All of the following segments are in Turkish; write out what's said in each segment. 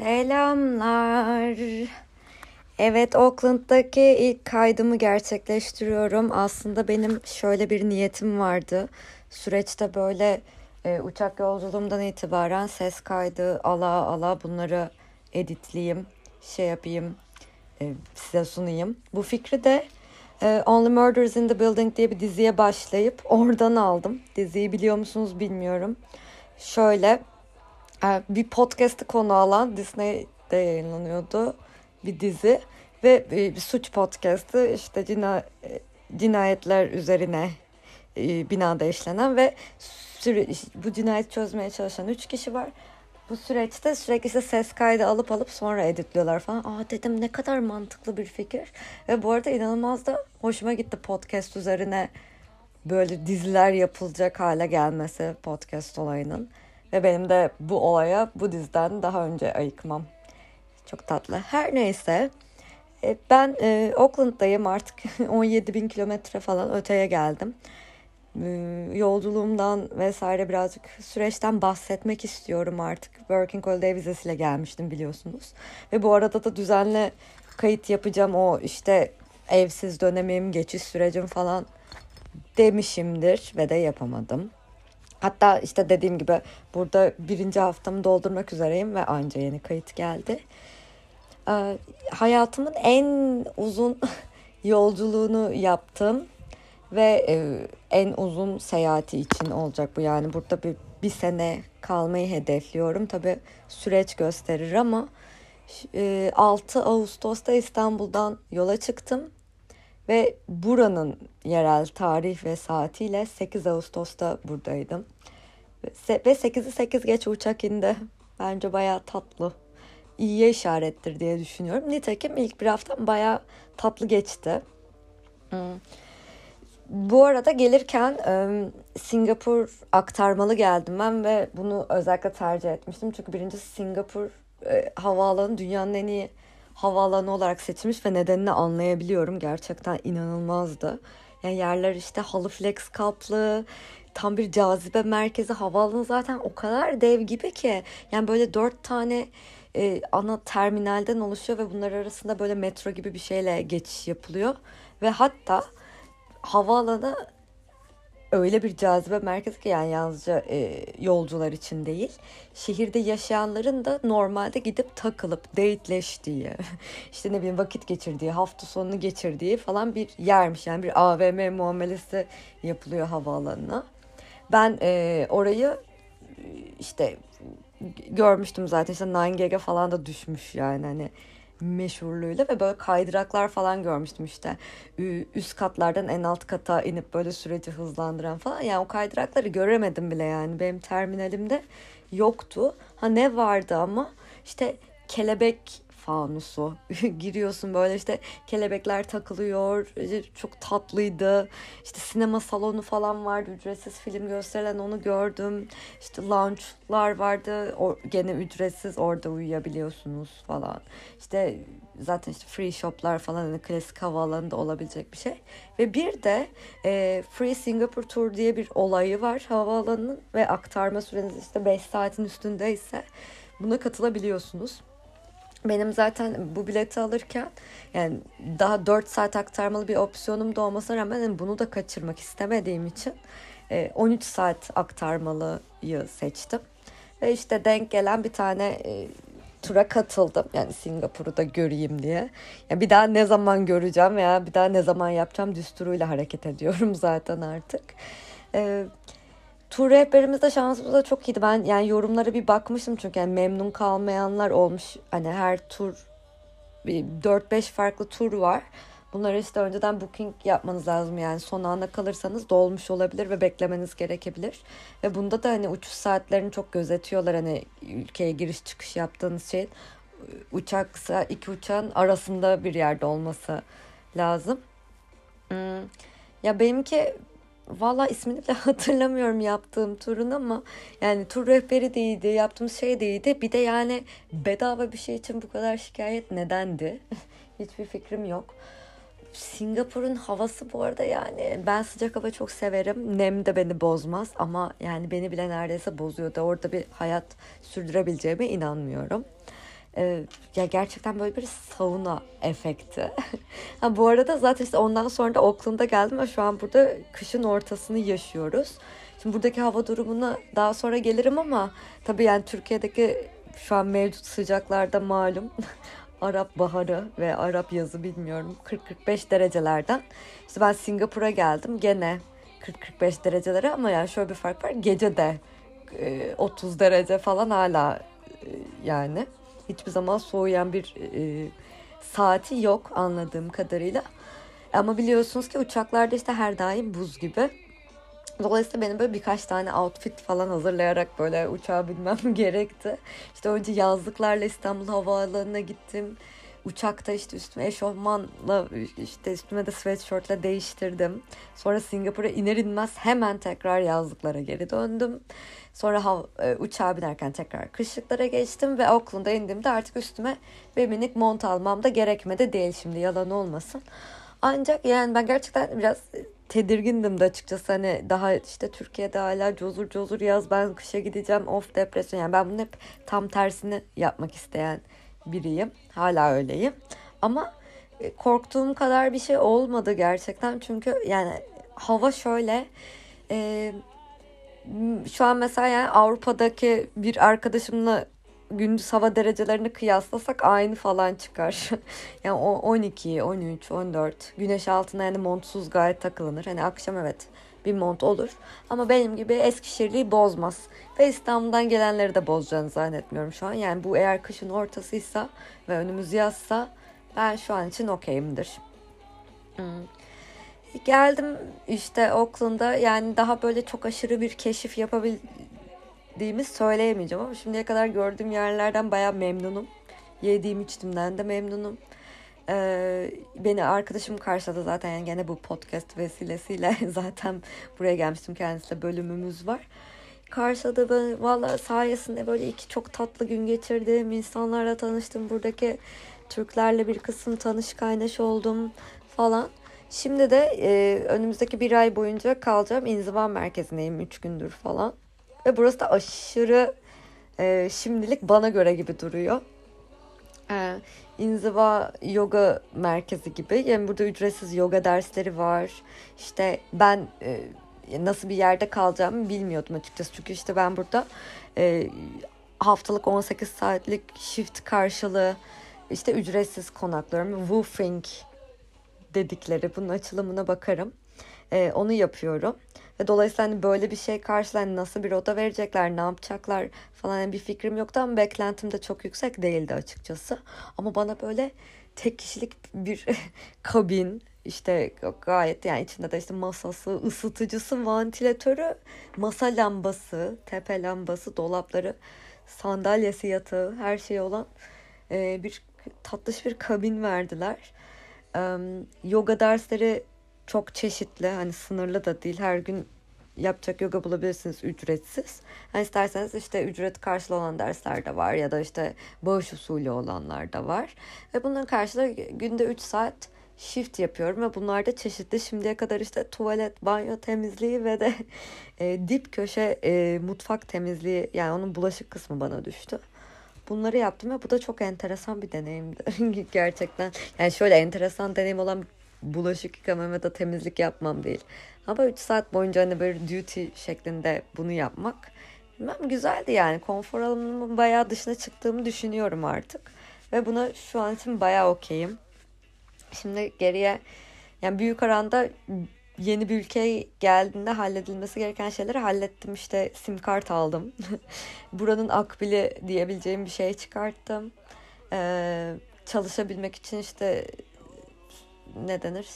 Selamlar. Evet, Auckland'daki ilk kaydımı gerçekleştiriyorum. Aslında benim şöyle bir niyetim vardı. Süreçte böyle uçak yolculuğumdan itibaren ses kaydı ala bunları editleyeyim, şey yapayım, size sunayım. Bu fikri de Only Murders in the Building diye bir diziye başlayıp oradan aldım. Diziyi biliyor musunuz bilmiyorum. Şöyle bir podcast'ı konu alan Disney'de yayınlanıyordu bir dizi ve bir suç podcast'ı işte cinayetler üzerine binada işlenen ve bu cinayeti çözmeye çalışan 3 kişi var. Bu süreçte sürekli işte ses kaydı alıp sonra editliyorlar falan. Dedim ne kadar mantıklı bir fikir. Ve bu arada inanılmaz da hoşuma gitti podcast üzerine böyle diziler yapılacak hale gelmesi podcast olayının. Ve benim de bu olaya bu diziden daha önce ayıkmam. Çok tatlı. Her neyse. Ben Auckland'dayım artık 17 bin kilometre falan öteye geldim. Yolculuğumdan vesaire birazcık süreçten bahsetmek istiyorum artık. Working Holiday vizesiyle gelmiştim biliyorsunuz. Ve bu arada da düzenli kayıt yapacağım, o işte evsiz dönemim, geçiş sürecim falan demişimdir ve de yapamadım. Hatta işte dediğim gibi burada birinci haftamı doldurmak üzereyim ve anca yeni kayıt geldi. Hayatımın en uzun yolculuğunu yaptım ve en uzun seyahati için olacak bu. Yani burada bir sene kalmayı hedefliyorum. Tabii süreç gösterir ama 6 Ağustos'ta İstanbul'dan yola çıktım. Ve buranın yerel tarih ve saatiyle 8 Ağustos'ta buradaydım. Ve 8'i 8 geç uçak indi. Bence bayağı tatlı. İyiye işarettir diye düşünüyorum. Nitekim ilk bir haftam bayağı tatlı geçti. Bu arada gelirken Singapur aktarmalı geldim ben ve bunu özellikle tercih etmiştim. Çünkü birincisi Singapur havaalanı dünyanın en iyi havaalanı olarak seçilmiş ve nedenini anlayabiliyorum. Gerçekten inanılmazdı. Yani yerler işte halı flex kaplı, tam bir cazibe merkezi. Havaalanı zaten o kadar dev gibi ki. Yani böyle 4 tane ana terminalden oluşuyor ve bunlar arasında böyle metro gibi bir şeyle geçiş yapılıyor. Ve hatta havaalanı öyle bir cazibe merkezi ki, yani yalnızca yolcular için değil, şehirde yaşayanların da normalde gidip takılıp dateleştiği, işte ne bileyim vakit geçirdiği, hafta sonunu geçirdiği falan bir yermiş. Yani bir AVM muamelesi yapılıyor havaalanına. Ben orayı işte görmüştüm zaten, işte 9GAG'e falan da düşmüş yani hani meşhurluğuyla ve böyle kaydıraklar falan görmüştüm işte üst katlardan en alt kata inip böyle süreci hızlandıran falan. Yani o kaydırakları göremedim bile, yani benim terminalimde yoktu. Ha ne vardı ama işte kelebek fanusu giriyorsun böyle, işte kelebekler takılıyor, çok tatlıydı. İşte sinema salonu falan vardı, ücretsiz film gösterilen, onu gördüm. İşte lounge'lar vardı, gene ücretsiz, orada uyuyabiliyorsunuz falan. İşte zaten işte free shop'lar falan, hani klasik havaalanında olabilecek bir şey. Ve bir de Free Singapore Tour diye bir olayı var havaalanının ve aktarma süreniz işte 5 saatin üstündeyse buna katılabiliyorsunuz. Benim zaten bu bileti alırken yani daha 4 saat aktarmalı bir opsiyonum da olmasına rağmen yani bunu da kaçırmak istemediğim için 13 saat aktarmalıyı seçtim. Ve işte denk gelen bir tane tura katıldım. Yani Singapur'u da göreyim diye. Yani bir daha ne zaman göreceğim veya bir daha ne zaman yapacağım düsturuyla hareket ediyorum zaten artık. Tur rehberimiz de şansımız da çok iyiydi. Ben yani yorumlara bir bakmıştım çünkü yani memnun kalmayanlar olmuş. Hani her tur 4-5 farklı tur var. Bunları işte önceden booking yapmanız lazım, yani son anda kalırsanız dolmuş olabilir ve beklemeniz gerekebilir. Ve bunda da hani uçuş saatlerini çok gözetiyorlar, hani ülkeye giriş çıkış yaptığınız şeyin uçaksa iki uçağın arasında bir yerde olması lazım. Ya benimki valla ismini bile hatırlamıyorum yaptığım turun, ama yani tur rehberi de iyiydi, yaptığımız şey de iyiydi. Bir de yani bedava bir şey için bu kadar şikayet nedendi? Hiçbir fikrim yok. Singapur'un havası bu arada, yani ben sıcak hava çok severim. Nem de beni bozmaz ama yani beni bile neredeyse bozuyordu. Orada bir hayat sürdürebileceğime inanmıyorum. Ya gerçekten böyle bir sauna efekti. Ha, bu arada zaten işte ondan sonra da Auckland'a geldim ve şu an burada kışın ortasını yaşıyoruz. Şimdi buradaki hava durumuna daha sonra gelirim ama tabii yani Türkiye'deki şu an mevcut sıcaklarda malum Arap baharı ve Arap yazı bilmiyorum 40-45 derecelerden. İşte ben Singapur'a geldim gene 40-45 derecelere ama yani şöyle bir fark var. Gece de 30 derece falan hala yani. Hiçbir zaman soğuyan bir saati yok anladığım kadarıyla. Ama biliyorsunuz ki uçaklarda işte her daim buz gibi. Dolayısıyla benim böyle birkaç tane outfit falan hazırlayarak böyle uçağa binmem gerekti. İşte önce yazlıklarla İstanbul Havaalanı'na gittim. Uçakta işte üstüme eşofmanla işte üstüme de sweatshirtle değiştirdim. Sonra Singapur'a iner inmez hemen tekrar yazlıklara geri döndüm. Sonra uçağa binerken tekrar kışlıklara geçtim ve Auckland'a indiğimde artık üstüme bir minik mont almam da gerekmedi değil şimdi yalan olmasın. Ancak yani ben gerçekten biraz tedirgindim de açıkçası hani daha işte Türkiye'de hala cozur cozur yaz ben kışa gideceğim of depresyon yani ben bunun hep tam tersini yapmak isteyen biriyim hala öyleyim ama korktuğum kadar bir şey olmadı gerçekten çünkü yani hava şöyle e, şu an mesela yani Avrupa'daki bir arkadaşımla gündüz hava derecelerini kıyaslasak aynı falan çıkar. Yani o 12, 13, 14 güneş altına yani montsuz gayet takılınır. Hani akşam evet bir mont olur. Ama benim gibi Eskişehirliği bozmaz. Ve İstanbul'dan gelenleri de bozacağını zannetmiyorum şu an. Yani bu eğer kışın ortasıysa ve önümüz yazsa ben şu an için okeyimdir. Hmm. Geldim işte Auckland'a yani daha böyle çok aşırı bir keşif yapabildiğimi söyleyemeyeceğim ama şimdiye kadar gördüğüm yerlerden bayağı memnunum. Yediğim içtiğimden de memnunum. Beni arkadaşım karşıladı zaten yani gene bu podcast vesilesiyle zaten buraya gelmiştim kendisiyle bölümümüz var. Karşıladı beni valla sayesinde böyle iki çok tatlı gün geçirdim. İnsanlarla tanıştım. Buradaki Türklerle bir kısım tanış kaynaş oldum falan. Şimdi de önümüzdeki bir ay boyunca kalacağım. İnziva merkezindeyim 3 gündür falan. Ve burası da aşırı şimdilik bana göre gibi duruyor. E, İnziva yoga merkezi gibi. Yani burada ücretsiz yoga dersleri var. İşte ben nasıl bir yerde kalacağımı bilmiyordum açıkçası. Çünkü işte ben burada e, haftalık 18 saatlik shift karşılığı işte ücretsiz konaklıyorum. Woofing dedikleri bunun açılımına bakarım. Onu yapıyorum. Ve dolayısıyla hani böyle bir şey karşılar hani nasıl bir oda verecekler, ne yapacaklar falan yani bir fikrim yoktu ama beklentim de çok yüksek değildi açıkçası. Ama bana böyle tek kişilik bir kabin işte gayet yani içinde de işte masası, ısıtıcısı, vantilatörü, masa lambası, tepe lambası, dolapları, sandalyesi, yatağı her şey olan bir tatlış bir kabin verdiler. Yoga dersleri çok çeşitli. Hani sınırlı da değil. Her gün yapacak yoga bulabilirsiniz ücretsiz. Hani isterseniz işte ücret karşılığı olan dersler de var ya da işte bağış usulü olanlar da var. Ve bunların karşılığı günde 3 saat shift yapıyorum ve bunlar da çeşitli. Şimdiye kadar işte tuvalet, banyo temizliği ve de dip köşe mutfak temizliği yani onun bulaşık kısmı bana düştü. Bunları yaptım ve bu da çok enteresan bir deneyimdi gerçekten. Yani şöyle enteresan deneyim olan bulaşık yıkamam ya da temizlik yapmam değil. Ama 3 saat boyunca hani böyle duty şeklinde bunu yapmak bilmem güzeldi yani. Konfor alanımın bayağı dışına çıktığımı düşünüyorum artık. Ve buna şu an için bayağı okeyim. Şimdi geriye yani büyük oranda yeni bir ülkeye geldiğinde halledilmesi gereken şeyleri hallettim. İşte sim kart aldım. Buranın akbili diyebileceğim bir şey çıkarttım. Çalışabilmek için işte ne denir?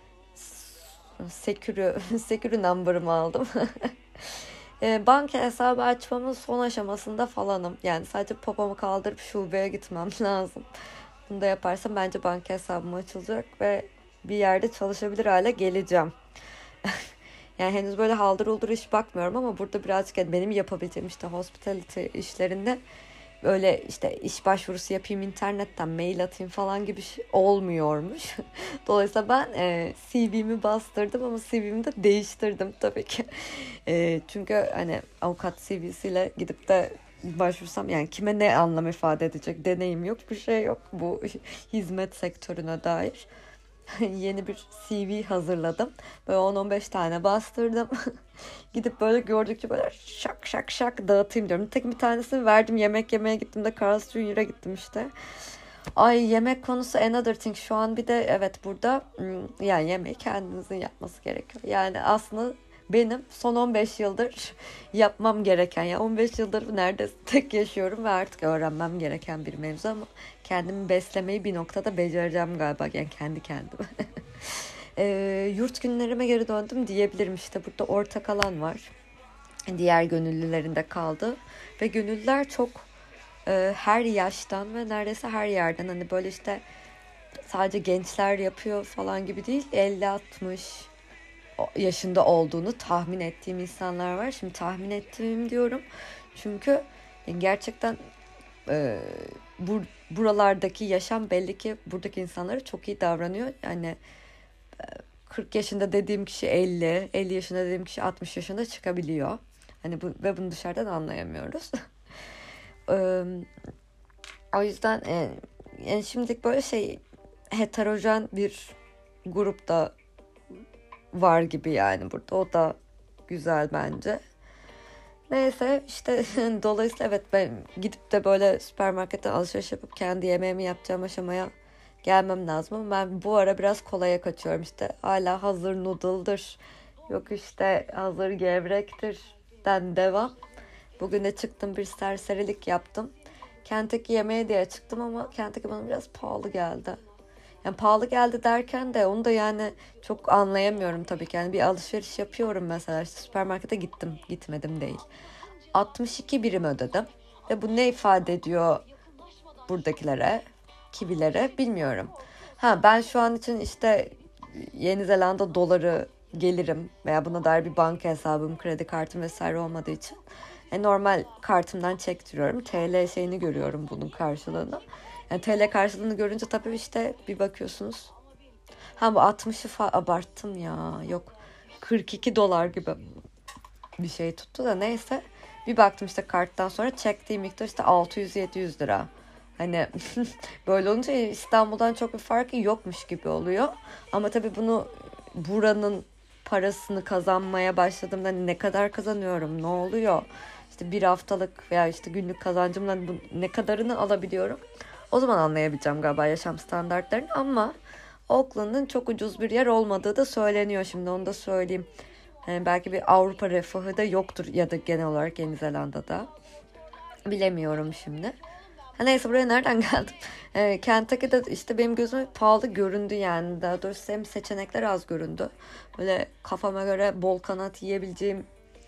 Sekürü number'ımı aldım. Banka hesabı açmamın son aşamasında falanım. Yani sadece popomu kaldırıp şubeye gitmem lazım. Bunu da yaparsam bence banka hesabım açılacak ve bir yerde çalışabilir hale geleceğim. Yani henüz böyle haldır uldur iş bakmıyorum ama burada birazcık yani benim yapabileceğim işte hospitality işlerinde böyle işte iş başvurusu yapayım internetten mail atayım falan gibi şey olmuyormuş. Dolayısıyla ben CV'mi bastırdım ama CV'mi de değiştirdim tabii ki. Çünkü hani avukat CV'siyle gidip de başvursam yani kime ne anlam ifade edecek, deneyim yok, bir şey yok bu hizmet sektörüne dair. Yeni bir CV hazırladım. Böyle 10-15 tane bastırdım. Gidip böyle gördükçe böyle şak şak şak dağıtayım diyorum. Tek bir tanesini verdim, yemek yemeye gittim de Carl's Jr.'a gittim işte. Ay, yemek konusu another thing. Şu an bir de evet burada yani yemeği kendinizin yapması gerekiyor. Yani aslında benim son 15 yıldır yapmam gereken, ya 15 yıldır neredeyse tek yaşıyorum ve artık öğrenmem gereken bir mevzu, ama kendimi beslemeyi bir noktada becereceğim galiba, yani kendi kendime. Yurt günlerime geri döndüm diyebilirim. İşte burada ortak alan var. Diğer gönüllülerin de kaldı ve gönüllüler çok her yaştan ve neredeyse her yerden, hani böyle işte sadece gençler yapıyor falan gibi değil, 50-60 yaşında olduğunu tahmin ettiğim insanlar var. Şimdi tahmin ettiğim diyorum çünkü gerçekten e, buralardaki yaşam belli ki buradaki insanlara çok iyi davranıyor. Yani 40 yaşında dediğim kişi 50 yaşında dediğim kişi 60 yaşında çıkabiliyor. Hani ve bunu dışarıdan anlayamıyoruz. O yüzden yani şimdilik böyle heterojen bir grup da var gibi yani burada. O da güzel bence. Neyse işte dolayısıyla evet, ben gidip de böyle süpermarketten alışveriş yapıp kendi yemeğimi yapacağım aşamaya gelmem lazım, ama ben bu ara biraz kolaya kaçıyorum. İşte hala hazır noodle'dır, yok işte hazır gevrektir den devam. Bugün de çıktım, bir serserilik yaptım. Kentucky yemeğe diye çıktım ama Kentucky bana biraz pahalı geldi. Yani pahalı geldi derken de onu da yani çok anlayamıyorum tabii ki. Yani bir alışveriş yapıyorum mesela, işte süpermarkete gittim, gitmedim değil. 62 birim ödedim. Ve bu ne ifade ediyor buradakilere, kivilere bilmiyorum. Ben şu an için işte Yeni Zelanda doları gelirim veya buna dair bir banka hesabım, kredi kartım vesaire olmadığı için normal kartımdan çektiriyorum. TL şeyini görüyorum bunun karşılığını. Yani TL karşılığını görünce tabii işte bir bakıyorsunuz. Bu 60'ı abarttım ya. Yok, 42 dolar gibi bir şey tuttu da neyse. Bir baktım işte karttan sonra çektiğim miktar işte 600-700 lira. Hani böyle olunca İstanbul'dan çok bir farkı yokmuş gibi oluyor. Ama tabii bunu buranın parasını kazanmaya başladığımda ne kadar kazanıyorum, ne oluyor? İşte bir haftalık veya işte günlük kazancımla ne kadarını alabiliyorum? O zaman anlayabileceğim galiba yaşam standartlarını, ama Auckland'ın çok ucuz bir yer olmadığı da söyleniyor, şimdi onu da söyleyeyim. Yani belki bir Avrupa refahı da yoktur ya da genel olarak Yeni Zelanda'da. Bilemiyorum şimdi. Neyse, buraya nereden geldim? Kentucky'de işte benim gözüme pahalı göründü yani. Daha doğrusu hem seçenekler az göründü. Böyle kafama göre bol kanat yiyebileceğim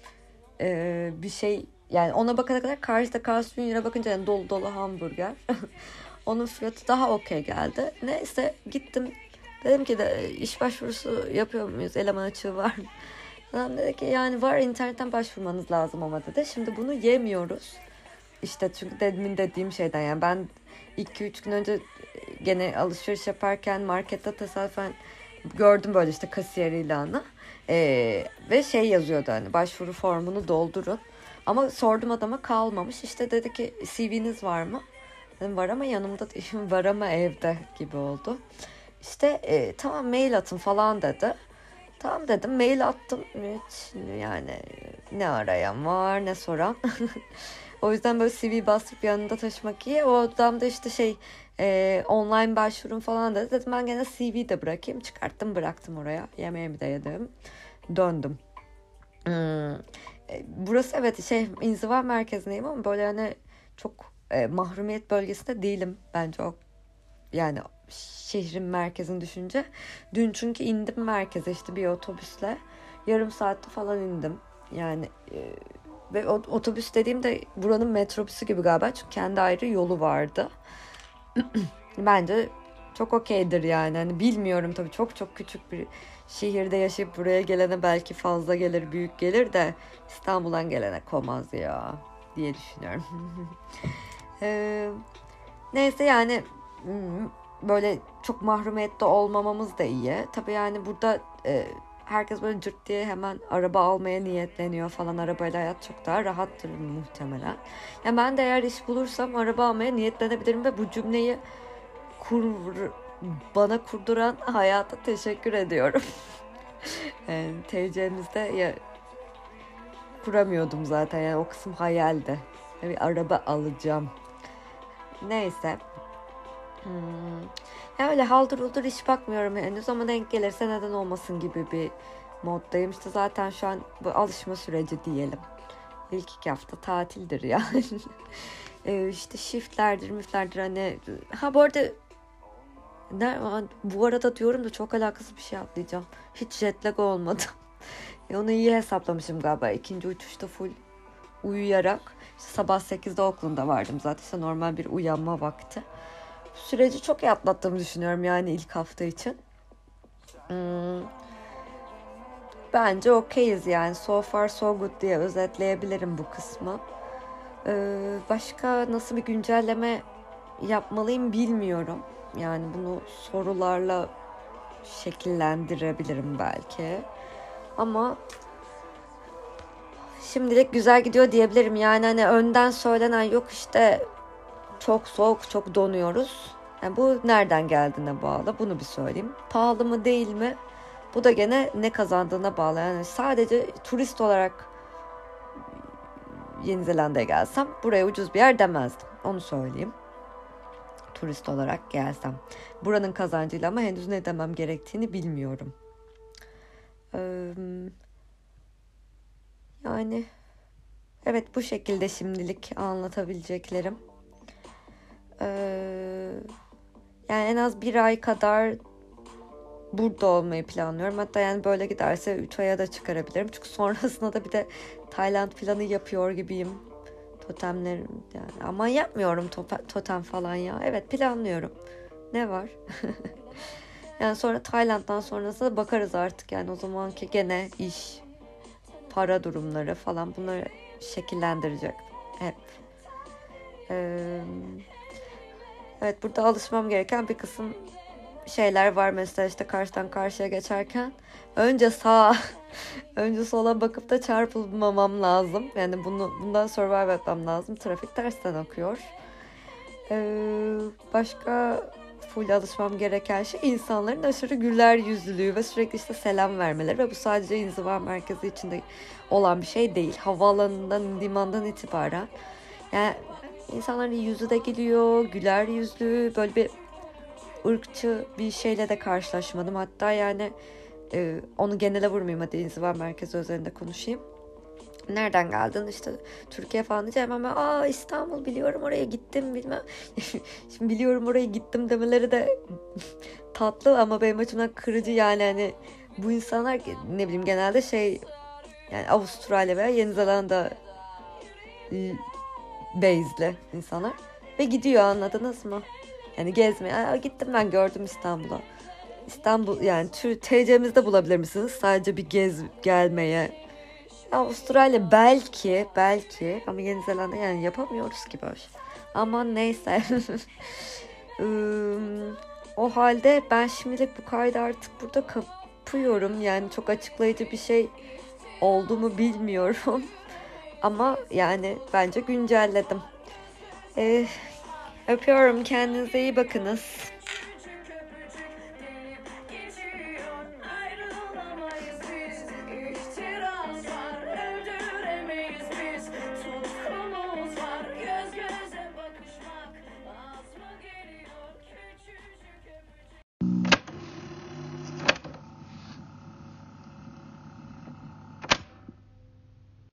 bir şey. Yani ona bakana kadar karşıda Carl's Jr.'a bakınca yani dolu dolu hamburger. Onun fiyatı daha okey geldi. Neyse gittim. Dedim ki de iş başvurusu yapıyor muyuz? Eleman açığı var mı? Adam dedi ki yani var, internetten başvurmanız lazım ama dedi. Şimdi bunu yemiyoruz. İşte çünkü demin dediğim şeyden, yani ben 2-3 gün önce gene alışveriş yaparken markette tesadüfen gördüm böyle işte kasiyer ilanı. Ve yazıyordu, hani başvuru formunu doldurun. Ama sordum adama, kalmamış. İşte dedi ki CV'niz var mı? Dedim var ama yanımda değil. Var ama evde gibi oldu. İşte tamam mail atın falan dedi. Tamam dedim, mail attım. Hiç yani ne arayan var ne soran. O yüzden böyle CV bastırıp yanında taşımak iyi. O adam da işte online başvurun falan dedi. Dedim ben gene CV de bırakayım. Çıkarttım, bıraktım oraya. Yemeğimi de yedim. Döndüm. Burası evet inziva merkezindeyim ama böyle hani çok mahrumiyet bölgesinde değilim bence, o yani şehrin merkezini düşünce. Dün çünkü indim merkeze işte bir otobüsle. Yarım saatte falan indim. Yani ve otobüs dediğimde buranın metrobüsü gibi galiba. Çünkü kendi ayrı yolu vardı. Bence çok okeydir yani. Hani bilmiyorum tabii, çok çok küçük bir şehirde yaşayıp buraya gelene belki fazla gelir, büyük gelir de İstanbul'dan gelene komaz ya diye düşünüyorum. Neyse yani böyle çok mahrumiyette olmamamız da iyi. Tabii yani burada herkes böyle cırt diye hemen araba almaya niyetleniyor falan. Arabayla hayat çok daha rahattır muhtemelen. Ya ben de eğer iş bulursam araba almaya niyetlenebilirim ve bu cümleyi bana kurduran hayata teşekkür ediyorum. Yani TC'mizde ya kuramıyordum zaten, yani o kısım hayaldi. Bir araba alacağım. Neyse. Ya öyle haldır uldur iş bakmıyorum henüz ama denk gelirse neden olmasın gibi bir moddayım. İşte zaten şu an bu alışma süreci diyelim. İlk 2 hafta tatildir yani. İşte shiftlerdir, müflerdir hani. Ha bu arada bu arada diyorum da çok alakasız bir şey atlayacağım. Hiç jet lag olmadı. Onu iyi hesaplamışım galiba. İkinci uçuşta full uyuyarak. İşte sabah 8'de Auckland'da vardım zaten. İşte normal bir uyanma vakti. Bu süreci çok iyi atlattığımı düşünüyorum yani ilk hafta için. Bence okeyiz yani. So far so good diye özetleyebilirim bu kısmı. Başka nasıl bir güncelleme yapmalıyım bilmiyorum. Yani bunu sorularla şekillendirebilirim belki. Ama şimdilik güzel gidiyor diyebilirim. Yani hani önden söylenen yok işte çok soğuk, çok donuyoruz. Yani bu nereden geldiğine bağlı. Bunu bir söyleyeyim. Pahalı mı değil mi? Bu da gene ne kazandığına bağlı. Yani sadece turist olarak Yeni Zelanda'ya gelsem buraya ucuz bir yer demezdim. Onu söyleyeyim. Turist olarak gelsem. Buranın kazancıyla ama henüz ne demem gerektiğini bilmiyorum. Yani evet, bu şekilde şimdilik anlatabileceklerim. Yani en az 1 ay kadar burada olmayı planlıyorum. Hatta yani böyle giderse 3 aya da çıkarabilirim. Çünkü sonrasında da bir de Tayland planı yapıyor gibiyim. Totemlerim yani. Ama yapmıyorum totem falan ya. Evet, planlıyorum. Ne var? Yani sonra Tayland'dan sonrasında bakarız artık. Yani o zamanki gene iş, para durumları falan bunları şekillendirecek hep. Evet, burada alışmam gereken bir kısım şeyler var. Mesela işte karşıdan karşıya geçerken önce sağa önce sola bakıp da çarpılmamam lazım. Yani bundan survive etmem lazım. Trafik tersten akıyor. Başka full alışmam gereken şey insanların aşırı güler yüzlülüğü ve sürekli işte selam vermeleri ve bu sadece inziva merkezi içinde olan bir şey değil. Havaalanından indiğim andan itibaren yani insanların yüzü de gülüyor, güler yüzlü, böyle bir ırkçı bir şeyle de karşılaşmadım. Hatta yani onu genele vurmayayım, hadi inziva merkezi üzerinde konuşayım. Nereden geldin? İşte Türkiye falan diyeceğim ama İstanbul, biliyorum oraya gittim bilmem. Şimdi biliyorum oraya gittim demeleri de tatlı ama benim açımdan kırıcı yani. Hani bu insanlar ne bileyim genelde yani Avustralya veya Yeni Zelanda base'li insanlar ve gidiyor, anladınız mı? Yani gezmeye. Gittim ben, gördüm İstanbul'a. İstanbul yani TC'mizde bulabilir misiniz? Sadece bir gelmeye. Avustralya belki ama Yeni Zelanda yani yapamıyoruz ki böyle. Aman neyse. O halde ben şimdilik bu kaydı artık burada kapıyorum. Yani çok açıklayıcı bir şey oldu mu bilmiyorum. Ama yani bence güncelledim. Öpüyorum, kendinize iyi bakınız.